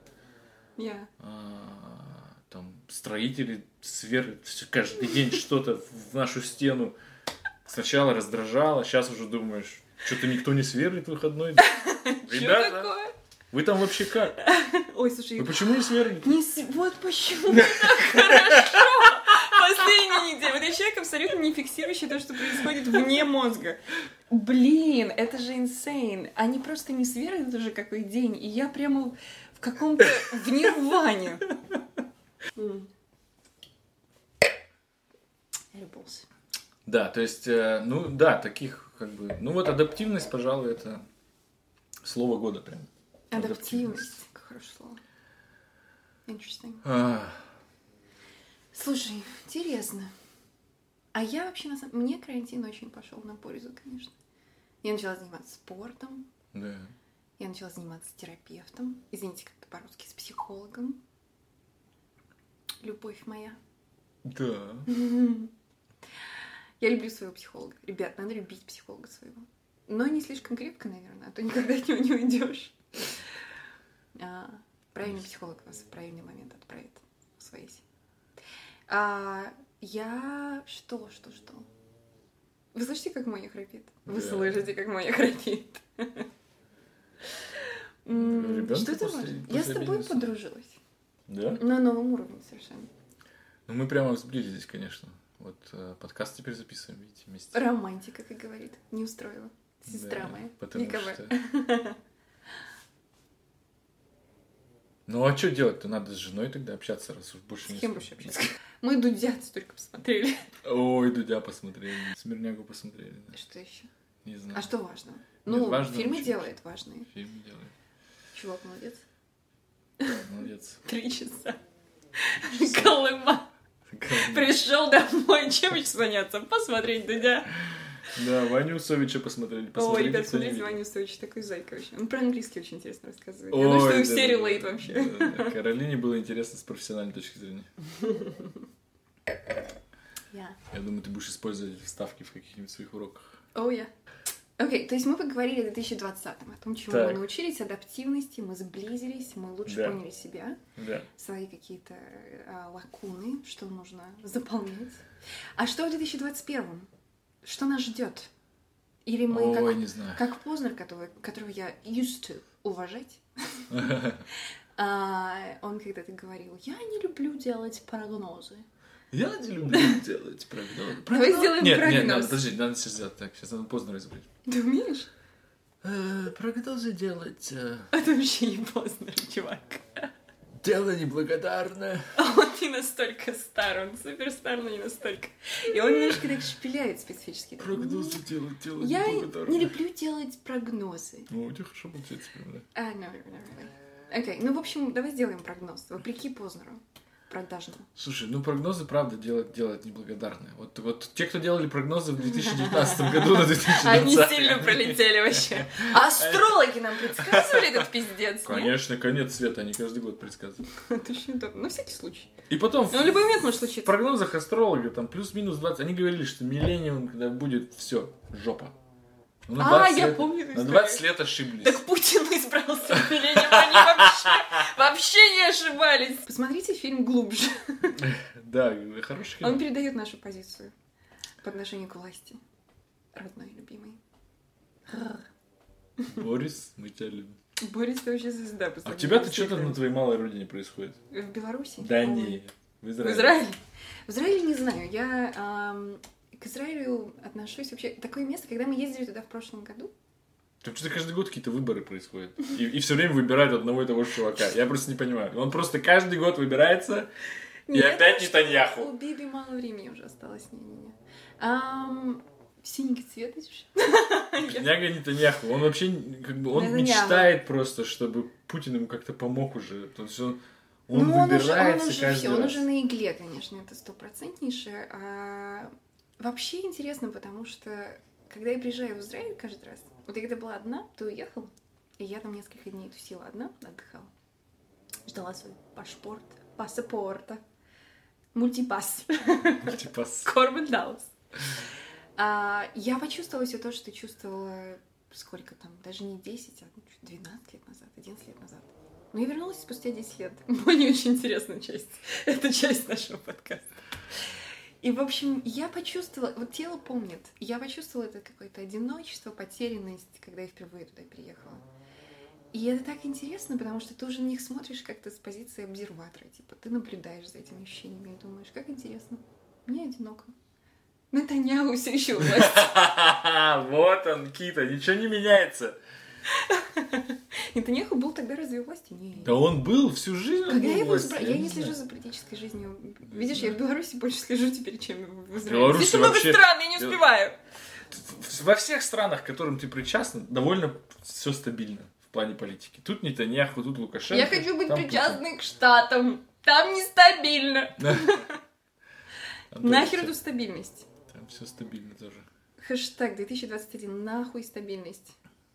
B: Там строители каждый день что-то в нашу стену сначала раздражало, сейчас уже думаешь, что-то никто не сверлит в выходной. Ребята, вы там вообще как?
A: Ой, слушай,
B: вы почему не сверлите?
A: Вот почему так хорошо. Последние недели. Вот я человек абсолютно не фиксирующий то, что происходит вне мозга. Блин, это же insane. Они просто не сверлят уже какой день, и я прямо в каком-то в нирване. Любовался.
B: Да, то есть, ну да, таких как бы... Ну вот адаптивность, пожалуй, это слово года прям.
A: Адаптивность. Как хорошее слово. Interesting. Слушай, интересно. А я вообще, мне карантин очень пошел на пользу, конечно. Я начала заниматься спортом.
B: Да.
A: Я начала заниматься терапевтом. Извините, как-то по-русски, с психологом. Любовь моя.
B: Да.
A: Я люблю своего психолога. Ребят, надо любить психолога своего. Но не слишком крепко, наверное, а то никогда от него не уйдешь. Правильный психолог вас в правильный момент отправит в своись. Я... Что? Вы слышите, как Моня храпит? Вы слышите, как Моня храпит? Что это важно? Я с тобой подружилась.
B: Да?
A: На новом уровне совершенно.
B: Ну, мы прямо сблизились, конечно. Вот подкаст теперь записываем, видите, вместе.
A: Романтика, как говорит. Не устроила. Сестра моя.
B: Потому
A: Никого.
B: что... Ну, а что делать-то? Надо с женой тогда общаться, раз уж больше не...
A: С кем больше общаться? Мы Дудя только посмотрели.
B: Ой, Дудя посмотрели. Смирнягу посмотрели. Да.
A: Что еще?
B: Не знаю.
A: А что важно?
B: Нет, важно
A: фильмы
B: очень.
A: делает важные.
B: Фильмы делает.
A: Чувак, молодец.
B: Молодец.
A: 3 часа. Колыма. Пришел домой, чем еще заняться? Посмотреть Дудя.
B: Да, Ваню Усовича посмотрели.
A: Ой, ребят, смотрите, Ваню Усович такой зайка вообще. Он про английский очень интересно рассказывает. Я думаю, что вы все релейт вообще.
B: Каролине было интересно с профессиональной точки зрения. Я думаю, ты будешь использовать вставки в каких-нибудь своих уроках.
A: Окей, то есть мы поговорили о 2020-м, о том, чему мы научились, адаптивности, мы сблизились, мы лучше поняли себя, свои какие-то лакуны, что нужно заполнять. А что в 2021-м? Что нас ждет? Или мы как Познер, которого я used to уважать, он когда-то говорил, я не люблю делать прогнозы.
B: Я не люблю делать прогнозы.
A: Давай сделаем прогноз.
B: Нет, подожди, надо сейчас сделать так. Сейчас надо Познера изобрести.
A: Ты умеешь?
B: Прогнозы делать...
A: Это вообще не Познер, чувак.
B: Дело неблагодарное.
A: Он не настолько стар, он суперстар, но не настолько. И он немножко так шпиляет специфически.
B: Прогнозы делать
A: я
B: неблагодарное.
A: Я не люблю делать прогнозы.
B: Ну, у тебя хорошо получается, правда?
A: Окей, ну, в общем, давай сделаем прогноз. Вопреки Познеру. Продажному.
B: Слушай, ну прогнозы, правда, делать неблагодарные. Вот те, кто делали прогнозы в 2019 году на 2020.
A: Они сильно пролетели вообще. А астрологи нам предсказывали этот пиздец,
B: конечно, конец света, они каждый год предсказывают.
A: Это очень удобно, на всякий случай.
B: И потом...
A: Ну, в любой момент может случиться.
B: В прогнозах астролога, там, плюс-минус 20, они говорили, что миллениум, когда будет все жопа.
A: Я помню.
B: На 20 лет ошиблись.
A: Так Путин избрался в миллениум, они вообще не ошибались. Посмотрите фильм «Глубже».
B: Да, хороший фильм.
A: Он передает нашу позицию по отношению к власти. Родной, любимый.
B: Борис, мы тебя любим.
A: Борис, ты вообще звезда.
B: А у тебя-то что-то на твоей малой родине происходит?
A: В Беларуси?
B: Да не, в Израиле.
A: В Израиле? В Израиле не знаю. Я... К Израилю отношусь вообще... Такое место, когда мы ездили туда в прошлом году.
B: Там что-то каждый год какие-то выборы происходят. И все время выбирают одного и того же чувака. Я просто не понимаю. Он просто каждый год выбирается, и опять Нетаньяху.
A: У Биби мало времени уже осталось. Не-не-не. Синенький цвет, видишь?
B: Бедняга Нетаньяху, он вообще, как бы, он мечтает просто, чтобы Путин ему как-то помог уже. То есть он выбирается каждый раз.
A: Он уже на игле, конечно, это 100%. Вообще интересно, потому что, когда я приезжаю в Израиль каждый раз, вот я когда была одна, ты уехал, и я там несколько дней тусила одна, отдыхала. Ждала свой паспорта. Мультипасс. Корбен Даллас. Я почувствовала все то, что чувствовала, сколько там, даже не 10, а 12 лет назад, 11 лет назад. Но я вернулась спустя 10 лет. Мне очень интересная часть. Это часть нашего подкаста. И, в общем, я почувствовала, вот тело помнит, я почувствовала это какое-то одиночество, потерянность, когда я впервые туда приехала. И это так интересно, потому что ты уже на них смотришь как-то с позиции обсерватора. Типа, ты наблюдаешь за этими ощущениями и думаешь, как интересно. Мне одиноко. Нетаньяху все еще у власти.
B: Вот он, Кита, ничего не меняется.
A: Нетаньяху был тогда разве у власти? Нет.
B: Да он был всю жизнь.
A: Я не слежу за политической жизнью. Видишь, я в Беларуси больше слежу теперь, чем в Израиле.
B: Беларусь
A: слишком много стран, я не успеваю.
B: Во всех странах, к которым ты причастна, довольно все стабильно в плане политики. Тут Нетаньяху, тут Лукашенко.
A: Я хочу быть причастной к Штатам. Там нестабильно. Нахер эту стабильность.
B: Там все стабильно тоже.
A: Хэштег 2021. Нахуй стабильность.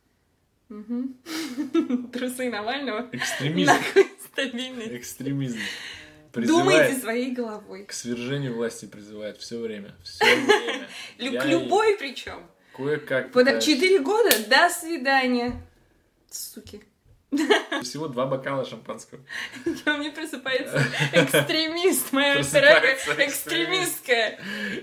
A: Угу. Трусы Навального.
B: Экстремизм.
A: Нахуй стабильность.
B: Экстремизм.
A: Думайте своей головой.
B: К свержению власти призывает все время. Все время.
A: К любой причем.
B: Кое-как.
A: 4 года, до свидания. Суки.
B: Всего 2 бокала шампанского.
A: У меня просыпается экстремист, моя трека экстремистская.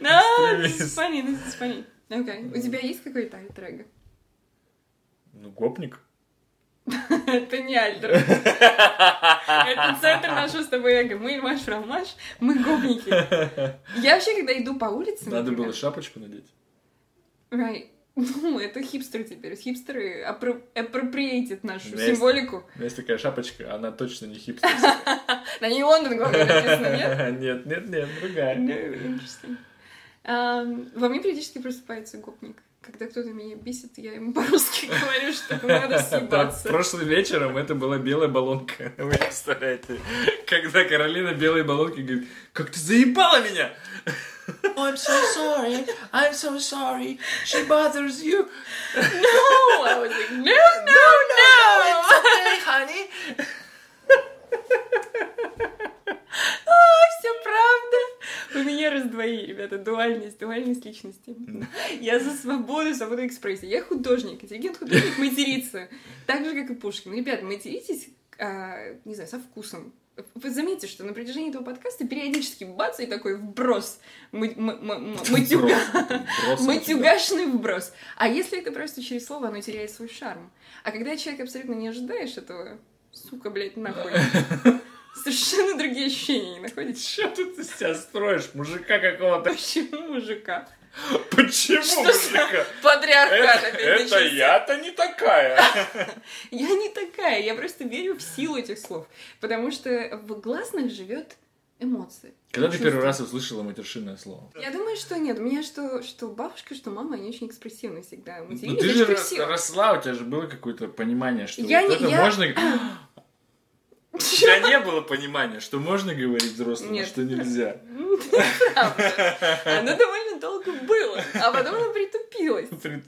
A: Спани. Окей. У тебя есть какой-то альтер-эго?
B: Ну, гопник.
A: Это не альтер. Это центр нашего с тобой эго. Мы Маш Фрамаш, мы гопники. Я вообще, когда иду по улице...
B: Надо было шапочку надеть.
A: Right. Ну, это хипстеры теперь. Хипстеры апроприейтят нашу символику.
B: У меня есть такая шапочка, она точно не хипстерская.
A: На ней Лондон главное написано, нет?
B: Нет, другая.
A: Interesting. Во мне периодически просыпается гопник. Когда кто-то меня бесит, я ему по-русски говорю, что надо съебаться.
B: Прошлым вечером это была белая баллонка. Вы представляете? Когда Каролина белой баллонки говорит, как ты заебала меня! I'm so sorry, she bothers you.
A: No, I was like, no,
B: it's okay, honey.
A: Все правда. Вы меня раздвоили, ребята, дуальность личности. Я за свободу экспрессии. Я художник, интеллигент художник матерится. Так же, как и Пушкин. Ребята, материтесь, не знаю, со вкусом. Вы заметите, что на протяжении этого подкаста периодически бац, и такой вброс. Матюгашный вброс. А если это просто через слово, оно теряет свой шарм. А когда человек абсолютно не ожидаешь этого, сука, блядь, нахуй. Совершенно другие ощущения, не находите?
B: Что ты из себя строишь? Мужика какого-то?
A: Почему мужика?
B: Почему мужика?
A: Патриархат опять
B: Это
A: начался.
B: я-то не такая.
A: Я не такая, я просто верю в силу этих слов. Потому что в гласных живет эмоции.
B: Когда ты первый раз услышала матершинное слово?
A: Я думаю, что нет. У меня что бабушка, что мама, они очень экспрессивны всегда.
B: Ну ты же росла, у тебя же было какое-то понимание, что можно... У тебя не было понимания, что можно говорить взрослому, а что нельзя.
A: Оно довольно долго было, а потом оно притупилось.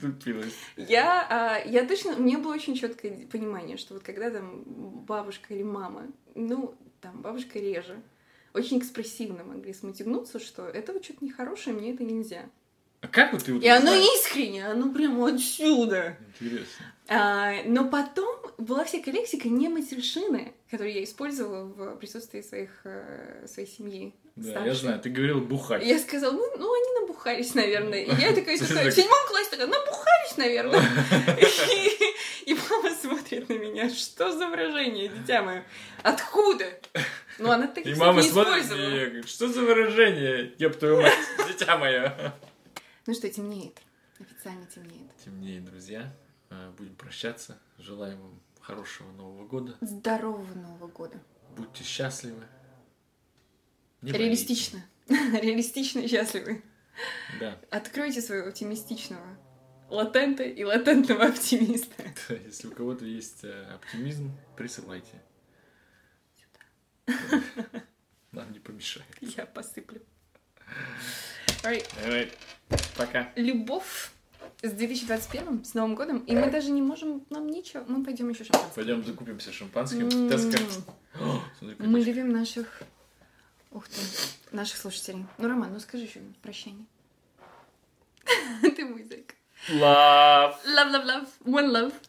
A: Я точно... У меня было очень четкое понимание, что вот когда там бабушка или мама, ну, там, бабушка реже, очень экспрессивно могли смутигнуться, что это вот что-то нехорошее, мне это нельзя.
B: А как вот ты вот
A: и оно искренне, оно прямо отсюда.
B: Интересно.
A: Но потом была всякая лексика не матершины, которую я использовала в присутствии своей семьи.
B: Да,
A: старшей.
B: Я знаю, ты говорила бухать.
A: Я сказала, ну они набухались, наверное. И я такая, в 7 классе такая, набухались, наверное. И мама смотрит на меня, что за выражение, дитя мое? Откуда? Ну, она таких слов не использовала. И мама смотрит на меня и говорит,
B: что за выражение, ёб твою мать, дитя мое?
A: Ну что, темнеет. Официально темнеет.
B: Темнеет, друзья. Будем прощаться. Желаем вам хорошего Нового года.
A: Здорового Нового года.
B: Будьте счастливы.
A: Реалистично. Реалистично счастливы.
B: Да.
A: Откройте своего оптимистичного латента и латентного оптимиста.
B: Если у кого-то есть оптимизм, присылайте. Нам не помешает.
A: Я посыплю. Alright.
B: Давай. Пока.
A: Любовь с 2021, с Новым годом, и мы даже не можем, нам ничего, мы пойдем еще шампанское.
B: Пойдем закупимся шампанским. Смотри,
A: Мы любим наших, наших слушателей. Ну, Роман, ну скажи еще прощание. Ты мой зайка.
B: Love.
A: Love, love, love. One love.